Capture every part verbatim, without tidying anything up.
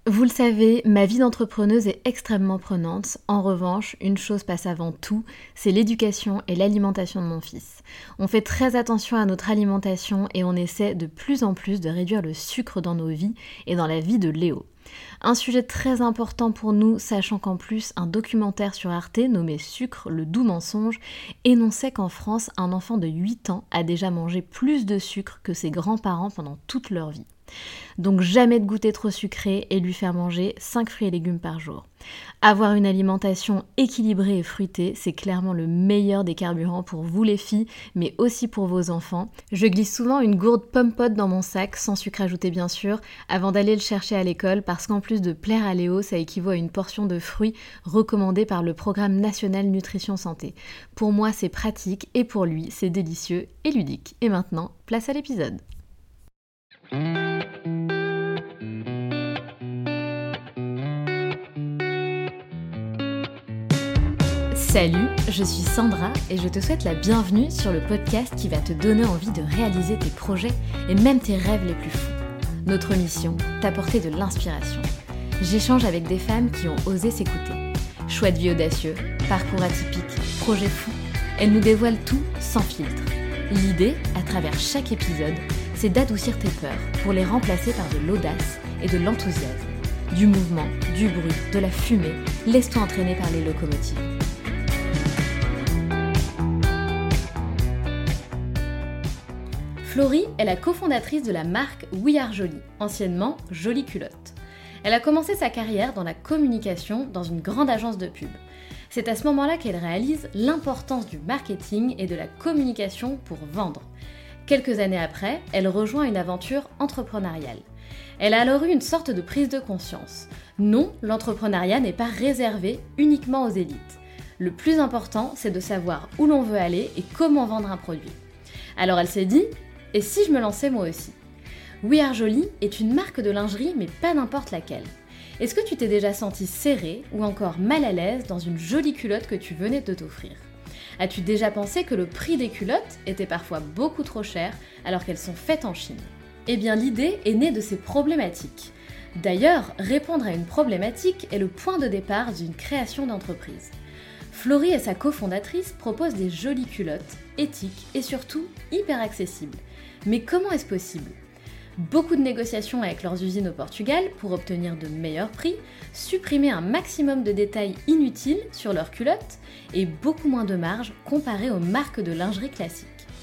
Vous le savez, ma vie d'entrepreneuse est extrêmement prenante. En revanche, une chose passe avant tout, c'est l'éducation et l'alimentation de mon fils. On fait très attention à notre alimentation et on essaie de plus en plus de réduire le sucre dans nos vies et dans la vie de Léo. Un sujet très important pour nous, sachant qu'en plus, un documentaire sur Arte nommé Sucre, le doux mensonge, énonçait qu'en France, un enfant de huit ans a déjà mangé plus de sucre que ses grands-parents pendant toute leur vie. Donc jamais de goûter trop sucré et lui faire manger cinq fruits et légumes par jour. Avoir une alimentation équilibrée et fruitée, c'est clairement le meilleur des carburants pour vous les filles, mais aussi pour vos enfants. Je glisse souvent une gourde pomme-pote dans mon sac, sans sucre ajouté bien sûr, avant d'aller le chercher à l'école, parce qu'en plus de plaire à Léo, ça équivaut à une portion de fruits recommandée par le Programme national nutrition santé. Pour moi, c'est pratique et pour lui, c'est délicieux et ludique. Et maintenant, place à l'épisode. Salut, je suis Sandra et je te souhaite la bienvenue sur le podcast qui va te donner envie de réaliser tes projets et même tes rêves les plus fous. Notre mission, t'apporter de l'inspiration. J'échange avec des femmes qui ont osé s'écouter. Choix de vie audacieux, parcours atypique, projets fous, elles nous dévoilent tout sans filtre. L'idée, à travers chaque épisode, c'est d'adoucir tes peurs pour les remplacer par de l'audace et de l'enthousiasme. Du mouvement, du bruit, de la fumée, laisse-toi entraîner par les locomotives. Florie est la cofondatrice de la marque We Are Jolie, anciennement Jolie Culotte. Elle a commencé sa carrière dans la communication dans une grande agence de pub. C'est à ce moment-là qu'elle réalise l'importance du marketing et de la communication pour vendre. Quelques années après, elle rejoint une aventure entrepreneuriale. Elle a alors eu une sorte de prise de conscience. Non, l'entrepreneuriat n'est pas réservé uniquement aux élites. Le plus important, c'est de savoir où l'on veut aller et comment vendre un produit. Alors elle s'est dit, et si je me lançais moi aussi ? We Are Jolie est une marque de lingerie, mais pas n'importe laquelle. Est-ce que tu t'es déjà senti serré ou encore mal à l'aise dans une jolie culotte que tu venais de t'offrir ? As-tu déjà pensé que le prix des culottes était parfois beaucoup trop cher alors qu'elles sont faites en Chine ? Eh bien l'idée est née de ces problématiques. D'ailleurs, répondre à une problématique est le point de départ d'une création d'entreprise. Florie et sa cofondatrice proposent des jolies culottes, éthiques et surtout hyper accessibles. Mais comment est-ce possible ? Beaucoup de négociations avec leurs usines au Portugal pour obtenir de meilleurs prix, supprimer un maximum de détails inutiles sur leurs culottes et beaucoup moins de marge comparé aux marques de lingerie classiques.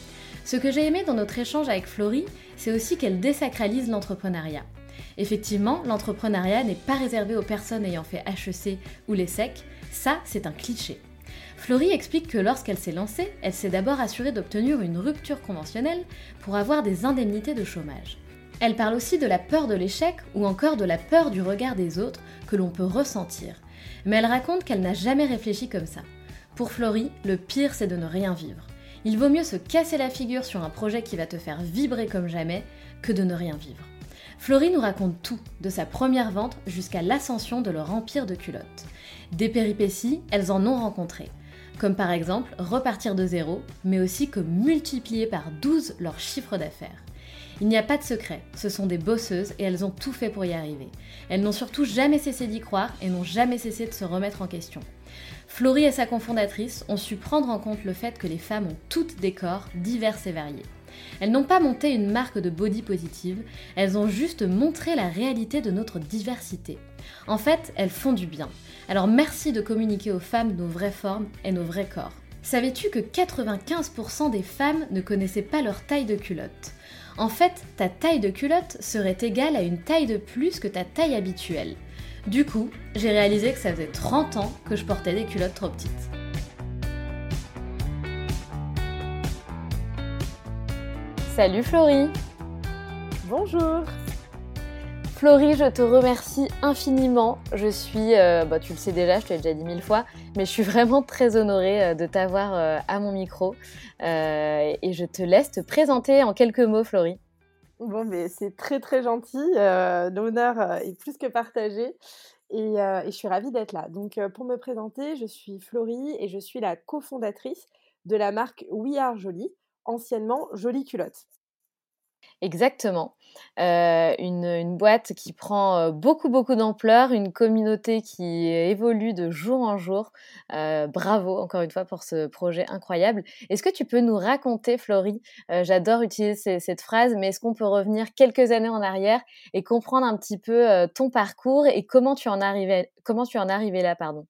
Ce que j'ai aimé dans notre échange avec Florie, c'est aussi qu'elle désacralise l'entrepreneuriat. Effectivement, l'entrepreneuriat n'est pas réservé aux personnes ayant fait H E C ou l'ESSEC, ça c'est un cliché. Florie explique que lorsqu'elle s'est lancée, elle s'est d'abord assurée d'obtenir une rupture conventionnelle pour avoir des indemnités de chômage. Elle parle aussi de la peur de l'échec ou encore de la peur du regard des autres que l'on peut ressentir. Mais elle raconte qu'elle n'a jamais réfléchi comme ça. Pour Florie, le pire c'est de ne rien vivre. Il vaut mieux se casser la figure sur un projet qui va te faire vibrer comme jamais que de ne rien vivre. Florie nous raconte tout, de sa première vente jusqu'à l'ascension de leur empire de culottes. Des péripéties, elles en ont rencontré. Comme par exemple repartir de zéro, mais aussi que multiplier par douze leur chiffre d'affaires. Il n'y a pas de secret, ce sont des bosseuses et elles ont tout fait pour y arriver. Elles n'ont surtout jamais cessé d'y croire et n'ont jamais cessé de se remettre en question. Florie et sa cofondatrice ont su prendre en compte le fait que les femmes ont toutes des corps divers et variés. Elles n'ont pas monté une marque de body positive, elles ont juste montré la réalité de notre diversité. En fait, elles font du bien. Alors merci de communiquer aux femmes nos vraies formes et nos vrais corps. Savais-tu que quatre-vingt-quinze pour cent des femmes ne connaissaient pas leur taille de culotte ? En fait, ta taille de culotte serait égale à une taille de plus que ta taille habituelle. Du coup, j'ai réalisé que ça faisait trente ans que je portais des culottes trop petites. Salut Florie. Bonjour. Florie, je te remercie infiniment. Je suis, euh, bah, tu le sais déjà, je te l'ai déjà dit mille fois, mais je suis vraiment très honorée euh, de t'avoir euh, à mon micro. Euh, et je te laisse te présenter en quelques mots, Florie. Bon, mais c'est très très gentil. Euh, l'honneur euh, est plus que partagé. Et, euh, et je suis ravie d'être là. Donc, euh, pour me présenter, je suis Florie et je suis la cofondatrice de la marque We Are Jolie, anciennement Jolie Culotte. Exactement. Heu, une, une boîte qui prend, heu, beaucoup, beaucoup d'ampleur, une communauté qui évolue de jour en jour. Heu, bravo encore une fois pour ce projet incroyable. Est-ce que tu peux nous raconter, Florie, heu, j'adore utiliser ces cette phrase, mais est-ce qu'on peut revenir quelques années en arrière et comprendre un petit peu, heu, ton parcours et comment tu en arrivais comment tu en es arrivée là, pardon?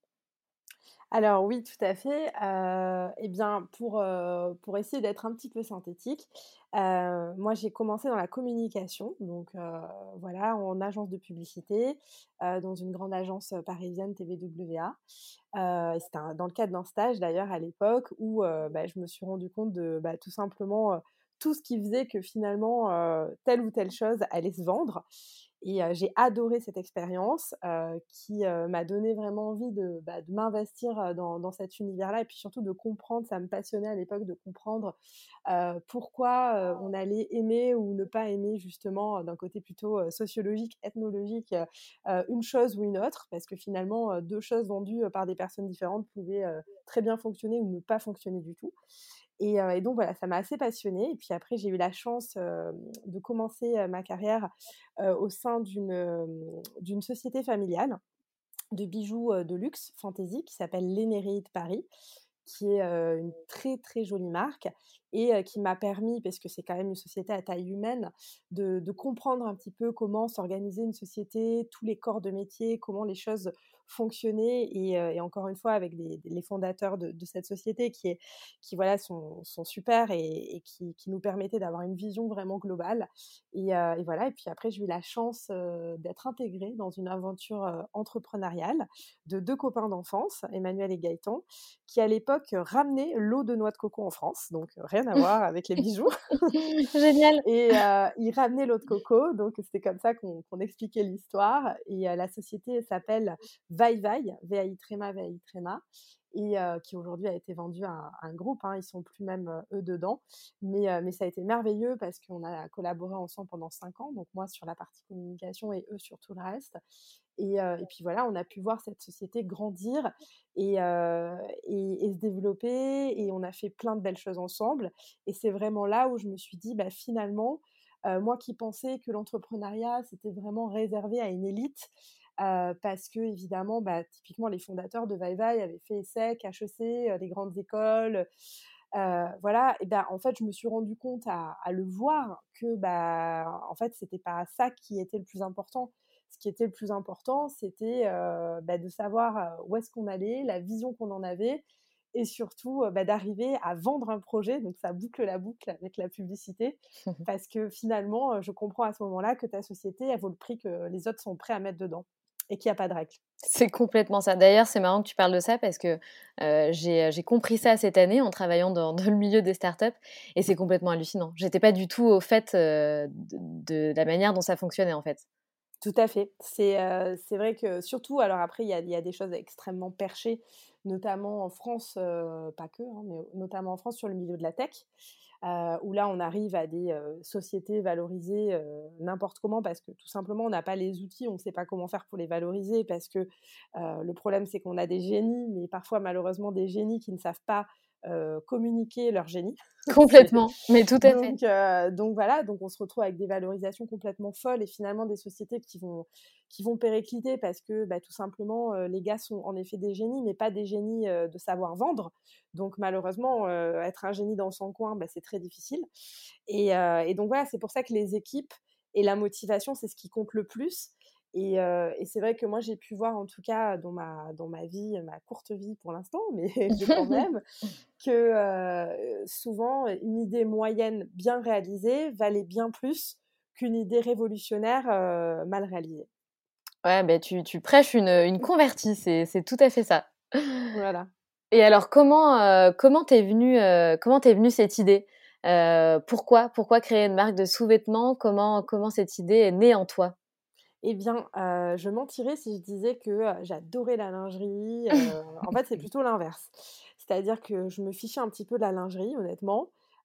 Alors oui, tout à fait. Heu et bien, pour, heu, pour essayer d'être un petit peu synthétique, heu, moi j'ai commencé dans la communication, donc heu, voilà, en agence de publicité, heu, dans une grande agence, heu, parisienne T V W A. Heu et c'était un dans le cadre d'un stage d'ailleurs à l'époque où, heu, bah, je me suis rendu compte de, bah, tout simplement, heu, tout ce qui faisait que finalement, heu, telle ou telle chose allait se vendre et heu, j'ai adoré cette expérience, heu, qui, heu, m'a donné vraiment envie de, bah, de m'investir, heu, dans dans cet univers-là et puis surtout de comprendre, ça me passionnait à l'époque de comprendre, heu, pourquoi, heu, on allait aimer ou ne pas aimer justement, heu, d'un côté plutôt, heu, sociologique, ethnologique, heu heu, une chose ou une autre. Parce que finalement, heu, deux choses vendues, heu, par des personnes différentes pouvaient, heu, très bien fonctionner ou ne pas fonctionner du tout. Et heu et donc voilà, ça m'a assez passionnée et puis après j'ai eu la chance, hem, de commencer, heu, ma carrière, heu, au sein d'une, hem, d'une société familiale de bijoux, heu, de luxe fantaisie qui s'appelle Lénérée de Paris, qui est, heu, une très, très jolie marque et heu, qui m'a permis, parce que c'est quand même une société à taille humaine, de de comprendre un petit peu comment s'organisait une société, tous les corps de métier, comment les choses fonctionnaient et heu et encore une fois avec des les fondateurs de de cette société qui est qui voilà sont sont super et et qui qui nous permettaient d'avoir une vision vraiment globale et heu et voilà et puis après j'ai eu la chance, heu, d'être intégrée dans une aventure, heu, entrepreneuriale de deux copains d'enfance, Emmanuel et Gaëtan, qui à l'époque ramenaient l'eau de noix de coco en France, donc rien à voir avec les bijoux. Génial. Et heu, ils ramenaient l'eau de coco, donc c'était comme ça qu'on qu'on expliquait l'histoire et heu, la société s'appelle Vai Vai, V A I tréma, V A I tréma et heu, qui aujourd'hui a été vendue à un à un groupe, hein, ils sont plus même, heu, eux dedans. Mais heu, mais ça a été merveilleux parce qu'on a collaboré ensemble pendant cinq ans, donc moi sur la partie communication et eux sur tout le reste et heu et puis voilà, on a pu voir cette société grandir et heu et et se développer et on a fait plein de belles choses ensemble et c'est vraiment là où je me suis dit: «Bah, finalement, heu, moi qui pensais que l'entrepreneuriat, c'était vraiment réservé à une élite», heu, parce qu'évidemment, bah, typiquement les fondateurs de Vai Vai avaient fait ESSEC, H E C, heu, les grandes écoles, heu, voilà et bah, en fait, je me suis rendu compte à à le voir que, bah, en fait, c'était pas ça qui était le plus important. Ce qui était le plus important, c'était, heu, bah, de savoir, heu, où est-ce qu'on allait, la vision qu'on en avait et surtout, heu, bah, d'arriver à vendre un projet. Donc ça boucle la boucle avec la publicité parce que finalement, heu, je comprends à ce moment-là que ta société, elle vaut le prix que les autres sont prêts à mettre dedans et qu'il y a pas de règle. C'est complètement ça. D'ailleurs, c'est marrant que tu parles de ça parce que, heu, j'ai, heu, j'ai compris ça cette année en travaillant dans dans le milieu des startups et c'est complètement hallucinant. J'étais pas du tout au fait, heu, de de la manière dont ça fonctionnait, en fait. Tout à fait. C'est, heu, c'est vrai que surtout alors après il y a il y a des choses extrêmement perchées, notamment en France, heu, pas que, hein, mais notamment en France sur le milieu de la tech, heu, où là on arrive à des, heu, sociétés valorisées, heu, n'importe comment parce que tout simplement on n'a pas les outils, on ne sait pas comment faire pour les valoriser parce que, heu, le problème c'est qu'on a des génies, mais parfois malheureusement des génies qui ne savent pas, heu, communiquer leur génie. C'est Complètement, mais tout à fait. donc heu, donc voilà, donc on se retrouve avec des valorisations complètement folles et finalement des sociétés qui vont qui vont péricliter parce que, bah, tout simplement, heu, les gars sont en effet des génies, mais pas des génies, heu, de savoir vendre. Donc malheureusement, heu, être un génie dans son coin, bah, c'est très difficile et heu et donc voilà, c'est pour ça que les équipes et la motivation, c'est ce qui compte le plus et heu et c'est vrai que moi, j'ai pu voir en tout cas dans ma dans ma vie, ma courte vie pour l'instant, mais mais quand même, que, heu, souvent, une idée moyenne bien réalisée valait bien plus qu'une idée révolutionnaire, heu, mal réalisée. Ouais, beh, tu tu prêches une, une convertie, c'est c'est tout à fait ça. Voilà. Et alors comment, heu, comment t'es venue, heu, comment t'es venue cette idée? Heu, pourquoi pourquoi créer une marque de sous-vêtements? Comment comment cette idée est née en toi? Eh bien, heu, je mentirais si je disais que, heu, j'adorais la lingerie, heu, en fait, c'est plutôt l'inverse. C'est-à-dire que je me fichais un petit peu de la lingerie, honnêtement.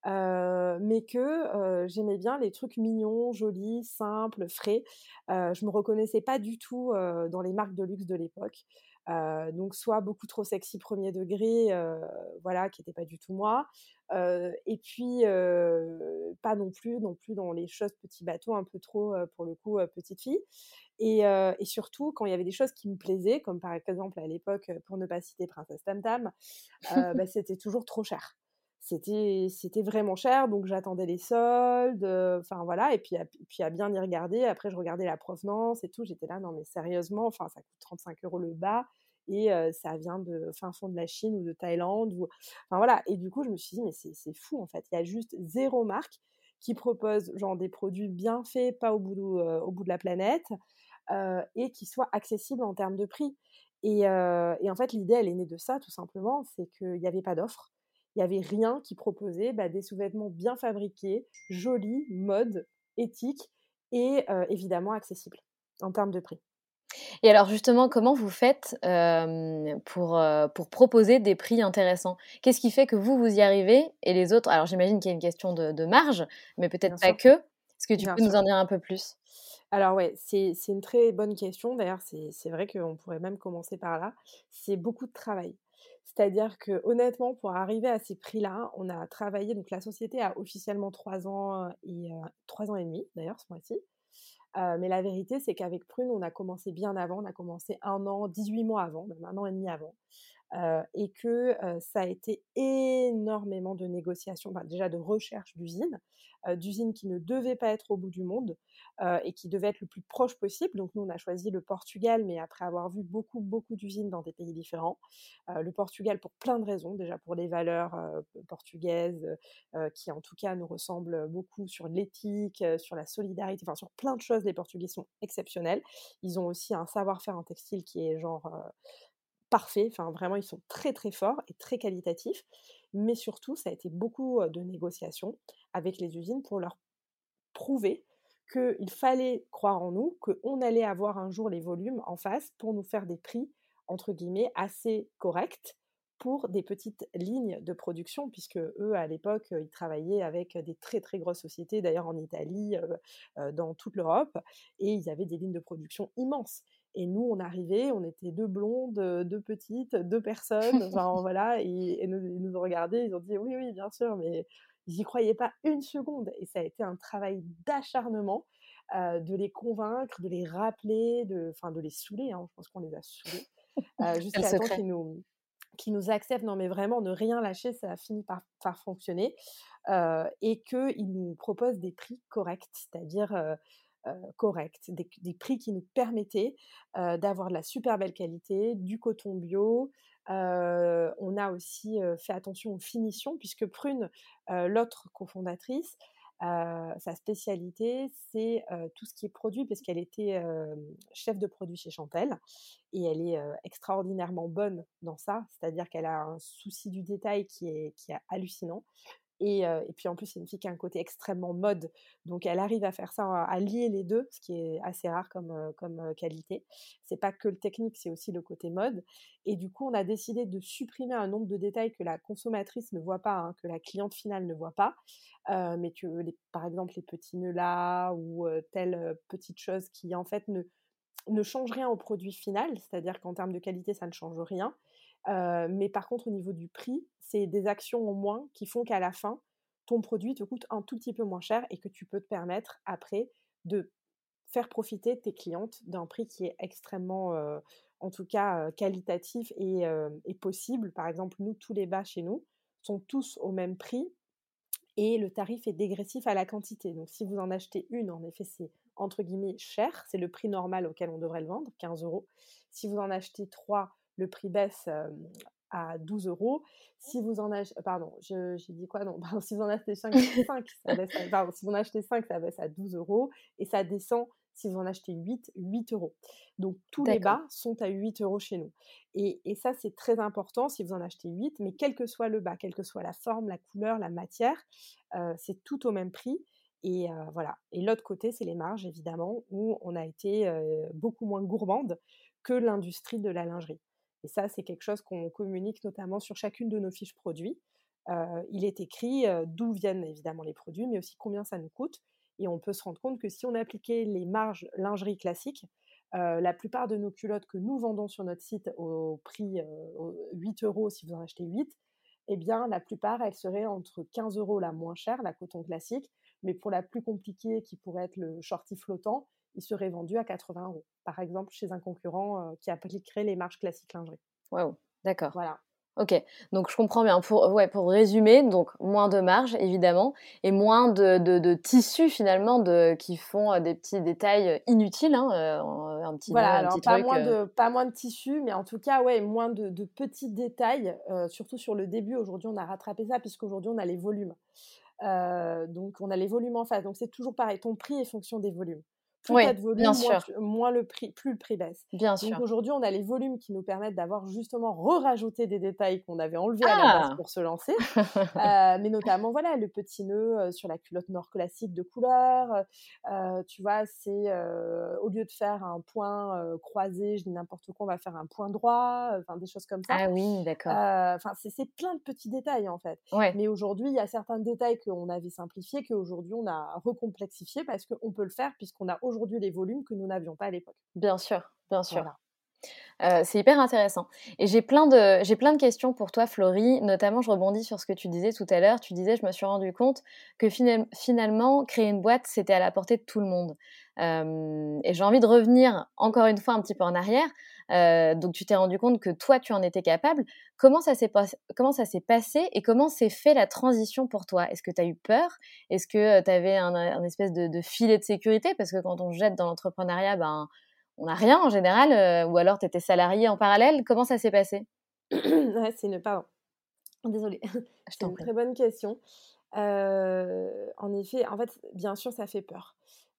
heu, mais que, heu, j'aimais bien les trucs mignons, jolis, simples, frais. Heu, je me reconnaissais pas du tout, heu, dans les marques de luxe de l'époque. Heu, donc soit beaucoup trop sexy premier degré, heu, voilà, qui était pas du tout moi, heu et puis, heu, pas non plus non plus dans les choses petits bateaux un peu trop, heu, pour le coup, heu, petite fille et heu et surtout quand il y avait des choses qui me plaisaient, comme par exemple à l'époque, heu, pour ne pas citer Princesse Tam Tam, heu, bah, c'était toujours trop cher. C'était c'était vraiment cher, donc j'attendais les soldes, heu, enfin voilà et puis à puis à bien y regarder, après je regardais la provenance et tout, j'étais là: «Non mais sérieusement, enfin ça coûte trente-cinq euros le bas et heu, ça vient de fin fond de la Chine ou de Thaïlande ou» enfin voilà et du coup je me suis dit: «Mais c'est c'est fou en fait, il y a juste zéro marque qui propose genre des produits bien faits, pas au bout de, heu, au bout de la planète, heu et qui soient accessibles en termes de prix» et heu et en fait l'idée elle est née de ça tout simplement, c'est qu'il y avait pas d'offre. Il y avait rien qui proposait, bah, des sous-vêtements bien fabriqués, jolis, mode, éthiques et heu, évidemment accessibles en termes de prix. Et alors justement, comment vous faites, hem, pour, heu, pour proposer des prix intéressants? Qu'est-ce qui fait que vous, vous y arrivez et les autres alors j'imagine qu'il y a une question de de marge, mais peut-être Bien pas sûr, que. Est-ce que tu bien peux nous sûr. en dire un peu plus? Alors ouais, c'est c'est une très bonne question. D'ailleurs, c'est c'est vrai qu'on pourrait même commencer par là. C'est beaucoup de travail. C'est-à-dire que honnêtement, pour arriver à ces prix-là, on a travaillé donc la société a officiellement trois ans, heu et heu, trois ans et demi d'ailleurs ce mois-ci. Heu, mais la vérité, c'est qu'avec Prune, on a commencé bien avant. On a commencé un an, dix-huit mois avant, même un an et demi avant. Heu et que, heu, ça a été énormément de négociations, bah, déjà de recherche d'usines, heu, d'usines qui ne devaient pas être au bout du monde, heu et qui devaient être le plus proche possible. Donc nous, on a choisi le Portugal, mais après avoir vu beaucoup, beaucoup d'usines dans des pays différents. Heu, le Portugal pour plein de raisons, déjà pour les valeurs, heu, portugaises, heu qui en tout cas nous ressemblent, beaucoup sur l'éthique, heu, sur la solidarité, enfin sur plein de choses. Les Portugais sont exceptionnels. Ils ont aussi un savoir-faire en textile qui est genre, heu parfait, enfin vraiment ils sont très, très forts et très qualitatifs. Mais surtout, ça a été beaucoup, heu, de négociations avec les usines pour leur prouver qu'il fallait croire en nous, qu'on allait avoir un jour les volumes en face pour nous faire des prix, entre guillemets, «assez corrects» pour des petites lignes de production puisque eux, à l'époque, heu, ils travaillaient avec des très, très grosses sociétés, d'ailleurs en Italie, heu heu, dans toute l'Europe et ils avaient des lignes de production immenses et nous, on arrivait, on était deux blondes, heu, deux petites, deux personnes, enfin voilà et et nous ils nous ont regardés, ils ont dit: «Oui, oui, bien sûr, mais j'y croyais pas une seconde et ça a été un travail d'acharnement, heu, de les convaincre, de les rappeler, de enfin de les saouler, hein, je pense qu'on les a saoulés, heu, C'est le jusqu'à temps secret. qu'ils nous qu'ils nous acceptent. Non mais vraiment ne rien lâcher, ça a fini par par fonctionner, heu et qu'ils nous proposent des prix corrects, c'est-à-dire, heu heu, corrects, des des prix qui nous permettaient, heu, d'avoir de la super belle qualité, du coton bio. Heu, on a aussi, heu, fait attention aux finitions puisque Prune, heu, l'autre cofondatrice, heu, sa spécialité, c'est, heu, tout ce qui est produit parce qu'elle était, hem, chef de produit chez Chantel et elle est, heu, extraordinairement bonne dans ça. C'est-à-dire qu'elle a un souci du détail qui est qui est hallucinant et heu et puis en plus, c'est une fille qui a un côté extrêmement mode, donc elle arrive à faire ça, à à lier les deux, ce qui est assez rare comme, heu, comme, heu, qualité. C'est pas que le technique, c'est aussi le côté mode et du coup, on a décidé de supprimer un nombre de détails que la consommatrice ne voit pas, hein, que la cliente finale ne voit pas, heu, mais que les par exemple, les petits nœuds là ou, heu, telle, heu, petite chose qui en fait ne ne change rien au produit final, c'est-à-dire qu'en termes de qualité, ça ne change rien. Heu, mais par contre, au niveau du prix, c'est des actions en moins qui font qu'à la fin, ton produit te coûte un tout petit peu moins cher et que tu peux te permettre après de faire profiter tes clientes d'un prix qui est extrêmement, heu, en tout cas, heu, qualitatif et heu et possible. Par exemple, nous, tous les bas chez nous sont tous au même prix et le tarif est dégressif à la quantité. Donc si vous en achetez une, en effet, c'est entre guillemets «cher», c'est le prix normal auquel on devrait le vendre, quinze euros. Si vous en achetez trois, le prix baisse, hem, à douze euros. Si vous en achetez, pardon, je j'ai dit quoi? Non, pardon, si vous en achetez cinq, cinq, ça baisse à pardon, si vous en achetez cinq, ça baisse à douze euros et ça descend si vous en achetez huit, huit euros. Donc tous les D'accord. bas sont à huit euros chez nous et et ça, c'est très important si vous en achetez huit, mais quel que soit le bas, quelle que soit la forme, la couleur, la matière, heu, c'est tout au même prix et heu, voilà et l'autre côté, c'est les marges évidemment où on a été, heu, beaucoup moins gourmande que l'industrie de la lingerie et ça, c'est quelque chose qu'on communique notamment sur chacune de nos fiches produits. heu, il est écrit, heu, d'où viennent évidemment les produits, mais aussi combien ça nous coûte et on peut se rendre compte que si on appliquait les marges lingerie classiques, heu, la plupart de nos culottes que nous vendons sur notre site au prix, heu, au huit euros si vous en achetez huit, eh bien la plupart, elles seraient entre quinze euros la moins chère, la coton classique, mais pour la plus compliquée qui pourrait être le shorty flottant, il serait vendu à quatre-vingts euros, par exemple chez un concurrent, heu, qui appliquerait les marges classiques lingerie. Waouh, d'accord. Voilà. OK, donc je comprends bien. Pour ouais, pour résumer, donc moins de marge évidemment et moins de de de tissus finalement de qui font, heu, des petits détails, inutiles, hein, heu, en un petit Voilà, nœud, un petit alors pas truc, moins heu de pas moins de tissu, mais en tout cas, ouais, moins de de petits détails, heu, surtout sur le début. Aujourd'hui, on a rattrapé ça puisqu'aujourd'hui, on a les volumes. Heu, donc on a les volumes en face, donc c'est toujours pareil, ton prix est fonction des volumes. Plus tu as oui, de bien volume, moins sûr, tu moins le prix plus le prix baisse. bien Donc sûr. aujourd'hui, on a les volumes qui nous permettent d'avoir justement rerajouté des détails qu'on avait enlevés à la base Ah! pour se lancer. Heu, mais notamment, voilà, le petit nœud, heu, sur la culotte nord classique de couleur, heu heu, tu vois? C'est, heu, au lieu de faire un point, heu, croisé, je dis n'importe quoi, on va faire un point droit, enfin des choses comme ça. Ah oui, Heu, d'accord. enfin, c'est c'est plein de petits détails, en fait. Ouais, Mais aujourd'hui, il y a certains détails qu'on avait simplifiés, qu'aujourd'hui on a recomplexifiés parce qu'on peut le faire puisqu'on a aujourd'hui les volumes que nous n'avions pas à l'époque. bien sûr, bien sûr. Voilà. Heu, c'est hyper intéressant et j'ai plein de j'ai plein de questions pour toi, Florie. Notamment, je rebondis sur ce que tu disais tout à l'heure. Tu disais: «Je me suis rendu compte que finam finalement, créer une boîte, c'était à la portée de tout le monde». Hem et j'ai envie de revenir encore une fois un petit peu en arrière. Heu, donc tu t'es rendu compte que toi, tu en étais capable. Comment ça s'est pas comment ça s'est passé et comment s'est fait la transition pour toi? Est-ce que tu as eu peur? Est-ce que, tu avais un un espèce de de filet de sécurité? Parce que quand on se jette dans l'entrepreneuriat, ben, on n'a rien en général, heu, ou alors tu étais salariée en parallèle? Comment ça s'est passé? Ouais, c'est une pardon, désolée. Je C'est t'en une prie. très bonne question. Heu, en effet, en fait, bien sûr, ça fait peur.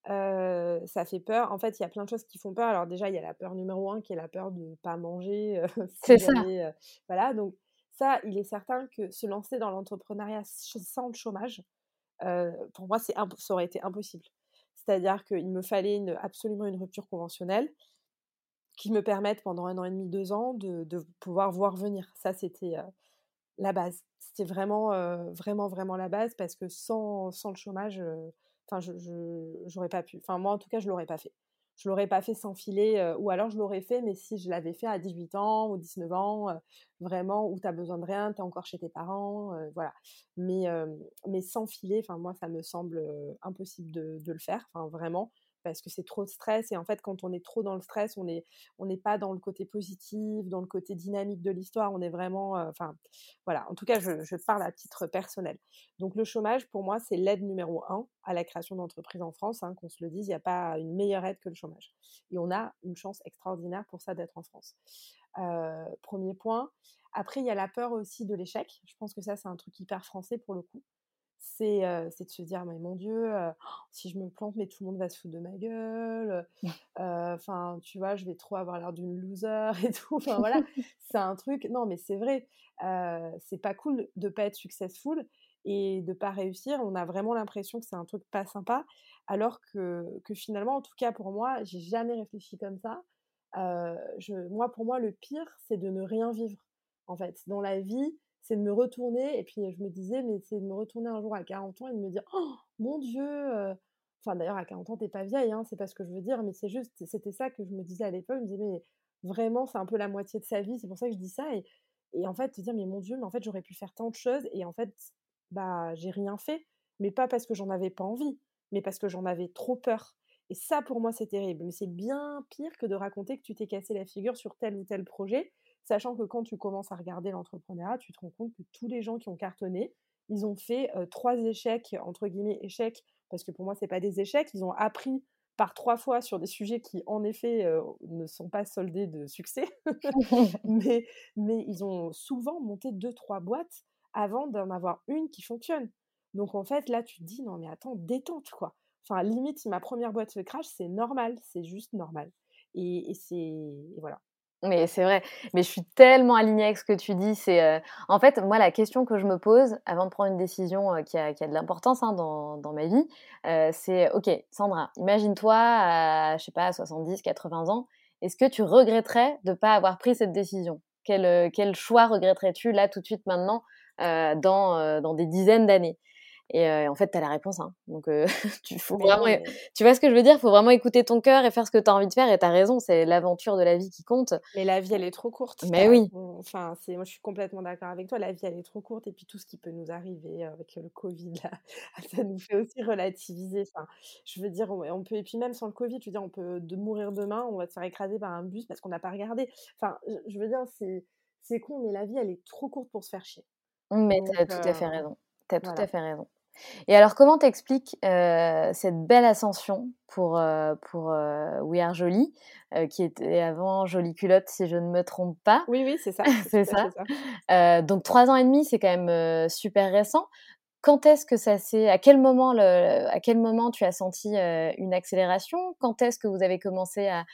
Heu, ça fait peur. En fait, il y a plein de choses qui font peur. Alors déjà, il y a la peur numéro un qui est la peur de ne pas manger, heu, si C'est ça. jamais, heu, voilà, donc ça, il est certain que se lancer dans l'entrepreneuriat ch sans le chômage, heu, pour moi, c'est imp ça aurait été impossible. C'est-à-dire qu'il me fallait une absolument une rupture conventionnelle qui me permette pendant un an et demi, deux ans de de pouvoir voir venir. Ça, c'était, heu, la base. C'était vraiment, heu, vraiment, vraiment la base parce que sans sans le chômage, heu, enfin je je j'aurais pas pu. Enfin moi en tout cas, je l'aurais pas fait. Je l'aurais pas fait sans filer, heu, ou alors je l'aurais fait, mais si je l'avais fait à dix-huit ans ou dix-neuf ans, heu, vraiment où tu as besoin de rien, tu es encore chez tes parents, heu, voilà. Mais hem, mais sans filer, enfin moi ça me semble, heu, impossible de de le faire, enfin vraiment, parce que c'est trop de stress et en fait quand on est trop dans le stress, on est on n'est pas dans le côté positif, dans le côté dynamique de l'histoire, on est vraiment, heu, enfin voilà, en tout cas, je, je parle à titre personnel. Donc le chômage, pour moi, c'est l'aide numéro un à la création d'entreprises en France, hein, qu'on se le dise, il n'y a pas une meilleure aide que le chômage. Et on a une chance extraordinaire pour ça d'être en France. Euh, premier point. Après, il y a la peur aussi de l'échec. Je pense que ça, c'est un truc hyper français pour le coup. C'est euh, c'est de se dire, mais mon Dieu, euh, si je me plante, mais tout le monde va se foutre de ma gueule. Euh, Enfin, tu vois, je vais trop avoir l'air d'une loser et tout. Enfin, voilà, c'est un truc. Non, mais c'est vrai. Euh, c'est pas cool de pas être successful et de pas réussir. On a vraiment l'impression que c'est un truc pas sympa, alors que, que finalement, en tout cas pour moi, j'ai jamais réfléchi comme ça. Euh, je, moi, pour moi, le pire, c'est de ne rien vivre. En fait, dans la vie, c'est de me retourner. Et puis, je me disais, mais c'est de me retourner un jour à quarante ans et de me dire, oh mon Dieu, euh, enfin, d'ailleurs, à quarante ans, t'es pas vieille, hein, c'est pas ce que je veux dire, mais c'est juste, c'était ça que je me disais à l'époque. Je me disais, mais vraiment, c'est un peu la moitié de sa vie, c'est pour ça que je dis ça. Et, et en fait, te dire, mais mon Dieu, mais en fait, j'aurais pu faire tant de choses. Et en fait, bah, j'ai rien fait. Mais pas parce que j'en avais pas envie, mais parce que j'en avais trop peur. Et ça, pour moi, c'est terrible. Mais c'est bien pire que de raconter que tu t'es cassé la figure sur tel ou tel projet, sachant que quand tu commences à regarder l'entrepreneuriat, tu te rends compte que tous les gens qui ont cartonné, ils ont fait euh, trois échecs, entre guillemets, échecs parce que pour moi, c'est pas des échecs. Ils ont appris par trois fois sur des sujets qui, en effet, euh, ne sont pas soldés de succès, mais, mais ils ont souvent monté deux, trois boîtes avant d'en avoir une qui fonctionne. Donc, en fait, là, tu te dis, non, mais attends, détente, quoi. Enfin, limite, si ma première boîte se crache, c'est normal, c'est juste normal. Et, et c'est... et voilà. Mais c'est vrai, mais je suis tellement alignée avec ce que tu dis. C'est, heu, en fait, moi, la question que je me pose avant de prendre une décision, heu, qui a qui a de l'importance, hein, dans dans ma vie, heu, c'est: «OK, Sandra, imagine-toi à, je sais pas, soixante-dix quatre-vingts ans, est-ce que tu regretterais de pas avoir pris cette décision? Quel, heu, quel choix regretterais-tu là, tout de suite, maintenant?» euh, dans, euh, dans des dizaines d'années. Et euh, en fait, tu as la réponse. Hein. Donc, euh, tu, faut Mais vraiment, non, mais tu vois ce que je veux dire? Il faut vraiment écouter ton cœur et faire ce que tu as envie de faire. Et tu as raison, c'est l'aventure de la vie qui compte. Mais la vie, elle est trop courte. Mais T'as- oui. on- Enfin, c'est, moi, je suis complètement d'accord avec toi. La vie, elle est trop courte. Et puis, tout ce qui peut nous arriver euh, avec le Covid, là, ça nous fait aussi relativiser. Enfin, je veux dire, on, on peut, et puis même sans le Covid, je veux dire, on peut de mourir demain, on va se faire écraser par un bus parce qu'on n'a pas regardé. Enfin, je, je veux dire, c'est, c'est con, mais la vie, elle est trop courte pour se faire chier. Mais tu Donc, as tout à euh, fait raison. Tu as tout à voilà. fait raison. Et alors, comment t'expliques euh, cette belle ascension pour, euh, pour euh, We Are Jolie, euh, qui était avant Jolie Culotte, si je ne me trompe pas. Oui, oui, c'est ça, c'est C'est tout à ça. fait ça. Euh, donc, trois ans et demi, c'est quand même euh, super récent. Quand est-ce que ça s'est... À quel moment, le, à quel moment tu as senti euh, une accélération? Quand est-ce que vous avez commencé à,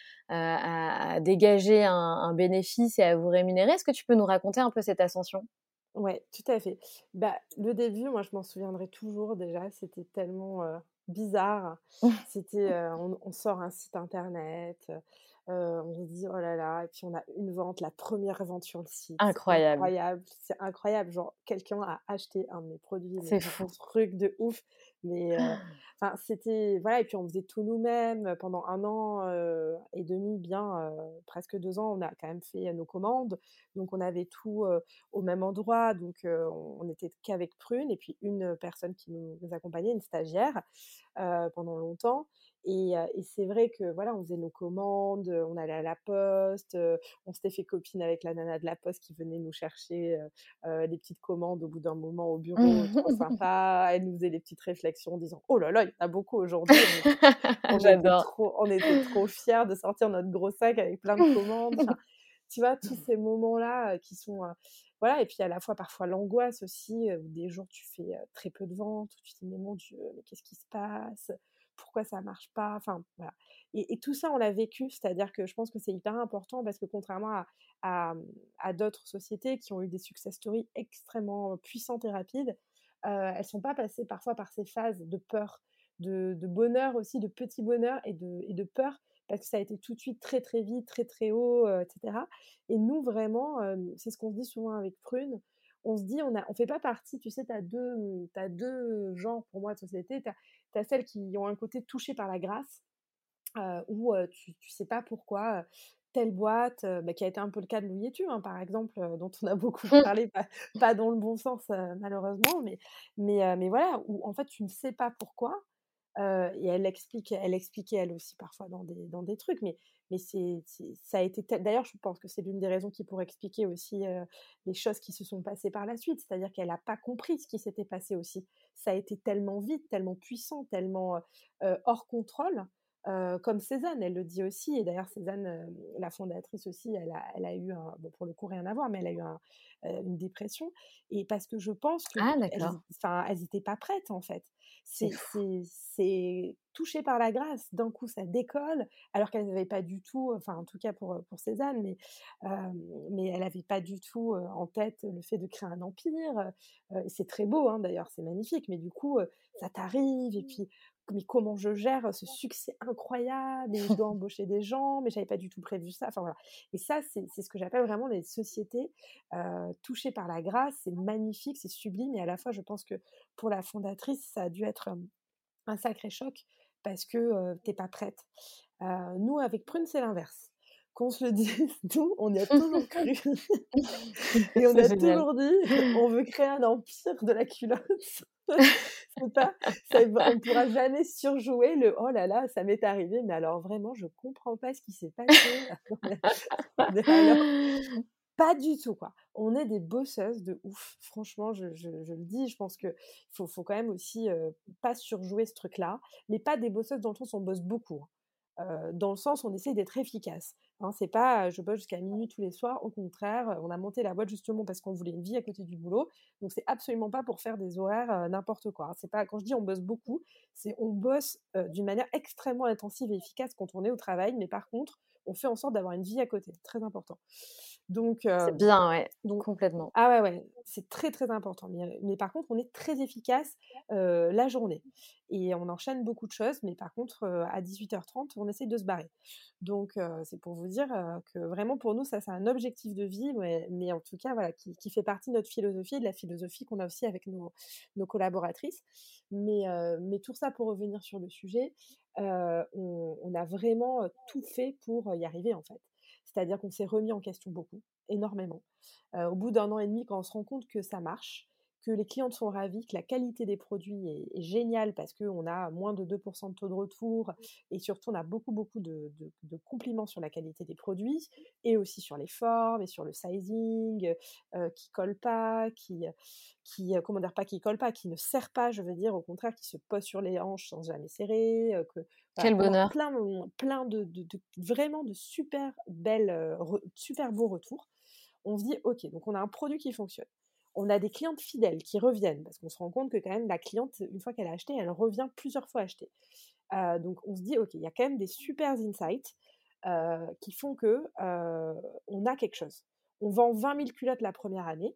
à, à dégager un, un bénéfice et à vous rémunérer? Est-ce que tu peux nous raconter un peu cette ascension? Ouais, tout à fait. Bah, le début, moi, je m'en souviendrai toujours déjà, c'était tellement, heu, bizarre. C'était, heu, on on sort un site internet, heu on se dit: «Oh là là» et puis on a une vente, la première vente sur le site. C'est Incroyable. incroyable, c'est incroyable, genre quelqu'un a acheté un de mes produits, mais C'est un fou. truc de ouf. Mais, heu, enfin, c'était voilà et puis on faisait tout nous-mêmes, pendant un an, heu, et demi bien, heu, presque deux ans, on a quand même fait nos commandes. Donc on avait tout, heu, au même endroit, donc heu, on on était qu'avec Prune et puis une personne qui nous nous accompagnait, une stagiaire, heu, pendant longtemps et heu et c'est vrai que voilà, on faisait nos commandes, heu, on allait à la poste, heu, on s'était fait copine avec la nana de la poste qui venait nous chercher, heu heu, les petites commandes au bout d'un moment au bureau, trop sympa. Elle nous faisait des petites réflexions en disant: «Oh là là, il y en a beaucoup aujourd'hui». On était on était J'adore. trop on était trop fiers de sortir notre gros sac avec plein de commandes, enfin, tu vois? Tous ces moments-là, heu, qui sont, heu voilà et puis à la fois parfois l'angoisse aussi, heu, où des jours tu fais, heu, très peu de ventes, où tu te dis: «Mais mon Dieu, mais qu'est-ce qui se passe? Pourquoi ça marche pas?» enfin voilà et et tout ça on l'a vécu, c'est-à-dire que je pense que c'est hyper important parce que contrairement à à, mmh, à d'autres sociétés qui ont eu des success stories extrêmement puissantes et rapides, heu, elles sont pas passées parfois par ces phases de peur, de de bonheur aussi, de petit bonheur et de et de peur parce que ça a été tout de suite très, très vite, très, très haut, heu et cetera et nous vraiment, hem, c'est ce qu'on se dit souvent avec Prune, on se dit: «On a on fait pas partie», tu sais, tu as deux, mmh, tu as deux genres pour moi de société. Tu as tu as celles qui ont un côté touché par la grâce, heu, où, heu, tu tu sais pas pourquoi, heu, telle boîte, heu, bah, qui a été un peu le cas de Louis et Tu, hein, par exemple, heu, dont on a beaucoup parlé, pas pas dans le bon sens, heu, malheureusement, mais mais heu, mais voilà, où en fait tu ne sais pas pourquoi, Heu et elle explique elle expliquait elle aussi parfois dans des dans des trucs, mais mais c'est c'est ça a été tel d'ailleurs je pense que c'est l'une des raisons qui pourrait expliquer aussi, heu, les choses qui se sont passées par la suite. C'est-à-dire qu'elle a pas compris ce qui s'était passé aussi. Ça a été tellement vite, tellement puissant, tellement, heu heu, hors contrôle, heu, comme Cézanne, elle le dit aussi et d'ailleurs Cézanne, hem, la fondatrice aussi, elle a elle a eu un bon pour le coup rien à voir, mais elle a eu un, heu, une dépression et parce que je pense que Ah elles d'accord, enfin elles étaient pas prêtes en fait. c'est C'est fou. c'est c'est touché par la grâce, d'un coup ça décolle, alors qu'elle n'avait pas du tout, enfin en tout cas pour, heu, pour Cézanne, mais hem, mais elle avait pas du tout, heu, en tête le fait de créer un empire, heu heu et c'est très beau, hein, d'ailleurs, c'est magnifique, mais du coup, heu, ça t'arrive et puis mais comment je gère ce succès incroyable et je dois embaucher des gens, mais j'avais pas du tout prévu ça, enfin voilà et ça c'est c'est ce que j'appelle vraiment les sociétés, heu, touchées par la grâce. C'est magnifique, c'est sublime et à la fois je pense que pour la fondatrice, ça a dû être, hem, un sacré choc parce que, heu, tu pas prête. Heu, nous, avec Prune, c'est l'inverse. Qu'on se le dise, nous, on y a toujours cru et on C'est a génial. toujours dit: «On veut créer un empire de la culotte». C'est pas ça va on pourra jamais surjouer le: «Oh là là, ça m'est arrivé, mais alors vraiment, je comprends pas ce qui s'est passé». Mais alors pas du tout, quoi. On est des bosseuses de ouf. Franchement, je je je le dis, je pense qu'il faut faut quand même aussi, heu, pas surjouer ce truc-là, mais pas des bosseuses dans le sens où on bosse beaucoup, hein. Heu, dans le sens où on essaye d'être efficace, hein. C'est pas, heu, je bosse jusqu'à minuit tous les soirs, au contraire, heu, on a monté la boîte justement parce qu'on voulait une vie à côté du boulot, donc c'est absolument pas pour faire des horaires, heu, n'importe quoi, hein. C'est pas quand je dis on bosse beaucoup, c'est on bosse, heu, d'une manière extrêmement intensive et efficace quand on est au travail, mais par contre, on fait en sorte d'avoir une vie à côté, très important. Donc, C'est heu, bien, ouais, donc complètement. ah ouais, ouais, c'est très, très important. Mais, mais par contre, on est très efficace, heu, la journée et on enchaîne beaucoup de choses, mais par contre, heu, à dix-huit heures trente, on essaie de se barrer. Donc, heu, c'est pour vous dire, heu, que vraiment pour nous, ça, c'est un objectif de vie, mais mais en tout cas, voilà, qui qui fait partie de notre philosophie et de la philosophie qu'on a aussi avec nos nos collaboratrices. Mais, heu, mais tout ça pour revenir sur le sujet, heu, on on a vraiment, heu, tout fait pour y arriver, en fait. C'est-à-dire qu'on s'est remis en question beaucoup, énormément. Heu, au bout d'un an et demi, quand on se rend compte que ça marche, que les clientes sont ravies, que la qualité des produits est est géniale parce qu'on a moins de deux pour cent de taux de retour et surtout on a beaucoup, beaucoup de de de compliments sur la qualité des produits et aussi sur les formes et sur le sizing, heu, qui colle pas, qui, heu qui, heu, comment dire? Pas qui colle pas, qui ne serre pas, je veux dire, au contraire, qui se pose sur les hanches sans jamais serrer, heu, que voilà, Quel qu'on a bonheur. plein, plein de de de vraiment de super belles, heu, re super beaux retours. On se dit: «OK, donc on a un produit qui fonctionne». On a des clientes fidèles qui reviennent parce qu'on se rend compte que quand même la cliente, une fois qu'elle a acheté, elle revient plusieurs fois acheter. Heu, donc on se dit: «OK, il y a quand même des super insights, heu, qui font que, heu, on a quelque chose». On vend vingt mille culottes la première année,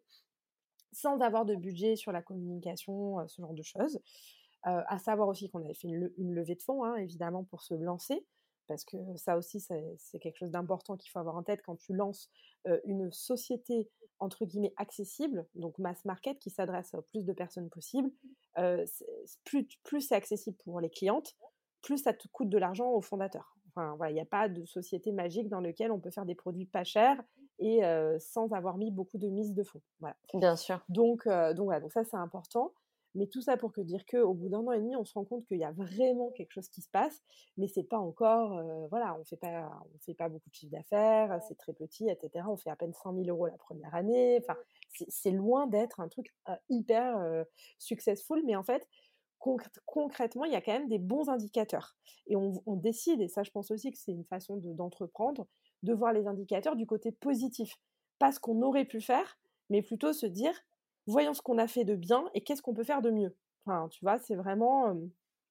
sans avoir de budget sur la communication, heu, ce genre de choses. Heu, à savoir aussi qu'on avait fait une le une levée de fonds, hein, évidemment pour se lancer, parce que ça aussi c'est c'est quelque chose d'important qu'il faut avoir en tête quand tu lances, heu, une société entre guillemets «accessible», donc mass market qui s'adresse au plus de personnes possible. Heu, c'est plus plus c'est accessible pour les clientes, plus ça te coûte de l'argent au fondateur. Enfin voilà, il y a pas de société magique dans lequel on peut faire des produits pas chers et heu, sans avoir mis beaucoup de mise de fonds. Voilà. Bien sûr. Donc, heu, donc voilà, donc ça c'est important. Mais tout ça pour que dire qu'au bout d'un an et demi, on se rend compte qu'il y a vraiment quelque chose qui se passe, mais c'est pas encore, heu, voilà, on fait pas on fait pas beaucoup de chiffre d'affaires, c'est très petit et cetera. On fait à peine cent mille euros la première année, enfin, c'est c'est loin d'être un truc, heu, hyper, heu, successful, mais en fait, concr concrètement, il y a quand même des bons indicateurs et on on décide et ça je pense aussi que c'est une façon de d'entreprendre, de voir les indicateurs du côté positif. Pas ce qu'on aurait pu faire, mais plutôt se dire: «Voyons ce qu'on a fait de bien et qu'est-ce qu'on peut faire de mieux?» Enfin, tu vois? C'est vraiment, hem,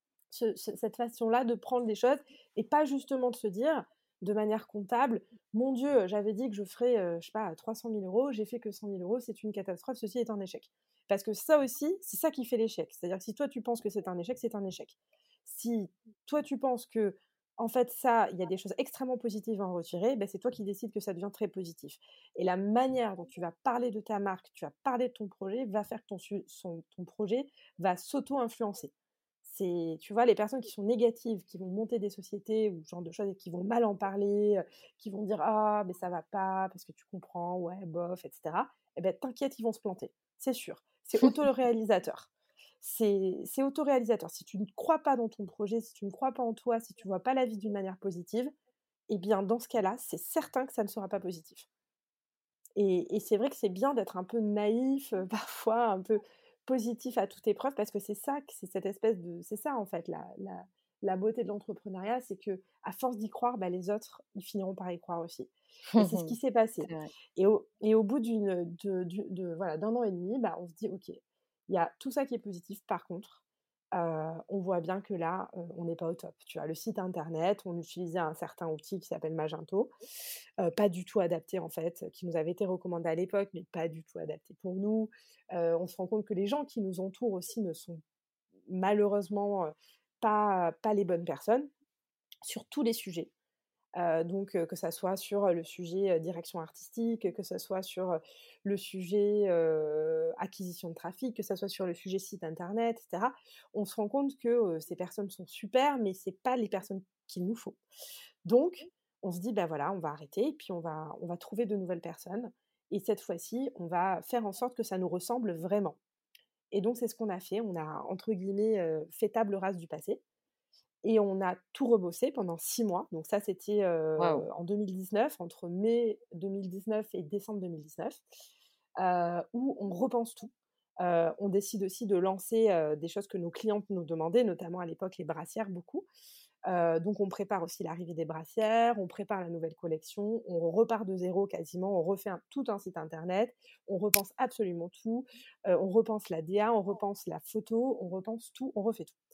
ce ce cette façon-là de prendre les choses et pas justement de se dire, de manière comptable: «Mon Dieu, j'avais dit que je ferais, heu, je sais pas, trois cent mille euros, j'ai fait que cent mille euros, c'est une catastrophe, ceci est un échec». Parce que ça aussi, c'est ça qui fait l'échec. C'est-à-dire que si toi tu penses que c'est un échec, c'est un échec. Si toi tu penses que, en fait, ça, il y a des choses extrêmement positives à en retirer, beh, c'est toi qui décides que ça devient très positif. Et la manière dont tu vas parler de ta marque, tu vas parler de ton projet, va faire que ton su son ton projet va s'auto-influencer. C'est tu vois, les personnes qui sont négatives, qui vont monter des sociétés ou ce genre de choses et qui vont mal en parler, heu, qui vont dire: «Ah, mais ça va pas parce que tu comprends, ouais, bof» et cetera, et beh, t'inquiète, ils vont se planter, c'est sûr. C'est autoréalisateur. C'est c'est autoréalisateur. Si tu ne crois pas dans ton projet, si tu ne crois pas en toi, si tu vois pas la vie d'une manière positive, eh bien, dans ce cas-là, c'est certain que ça ne sera pas positif. Et et c'est vrai que c'est bien d'être un peu naïf, heu, parfois un peu positif à toute épreuve parce que c'est ça que c'est cette espèce de c'est ça en fait la la la beauté de l'entrepreneuriat, c'est qu'à force d'y croire, bah, les autres, ils finiront par y croire aussi. Et c'est ce qui s'est passé. C'est vrai. Et au et au bout d'une de du de voilà, d'un an et demi, bah, on se dit: «OK, il y a tout ça qui est positif. Par contre, heu, on voit bien que là, heu, on n'est pas au top». Tu vois? Le site internet, on utilisait un certain outil qui s'appelle Magento, heu, pas du tout adapté en fait, qui nous avait été recommandé à l'époque, mais pas du tout adapté pour nous. Heu, on se rend compte que les gens qui nous entourent aussi ne sont malheureusement, heu, pas pas les bonnes personnes, sur tous les sujets. Heu, donc heu, que ça soit sur, le sujet, heu, direction artistique, que ça soit sur, heu, le sujet, heu, acquisition de trafic, que ça soit sur le sujet site internet et cetera. On se rend compte que, heu, ces personnes sont super, mais c'est pas les personnes qu'il nous faut. Donc on se dit: «Bah, voilà, on va arrêter et puis on va on va trouver de nouvelles personnes et cette fois-ci, on va faire en sorte que ça nous ressemble vraiment». Et donc c'est ce qu'on a fait. On a entre guillemets, heu, fait table rase du passé et on a tout rebossé pendant six mois. Donc ça, c'était, Waouh! heu, en deux mille dix-neuf, entre mai deux mille dix-neuf et décembre deux mille dix-neuf, heu, où on repense tout. Heu, on décide aussi de lancer, heu, des choses que nos clientes nous demandaient, notamment à l'époque les brassières beaucoup. Heu, donc on prépare aussi l'arrivée des brassières, on prépare la nouvelle collection, on repart de zéro quasiment, on refait un tout un site internet, on repense absolument tout, heu, on repense la D A, on repense la photo, on repense tout, on refait tout.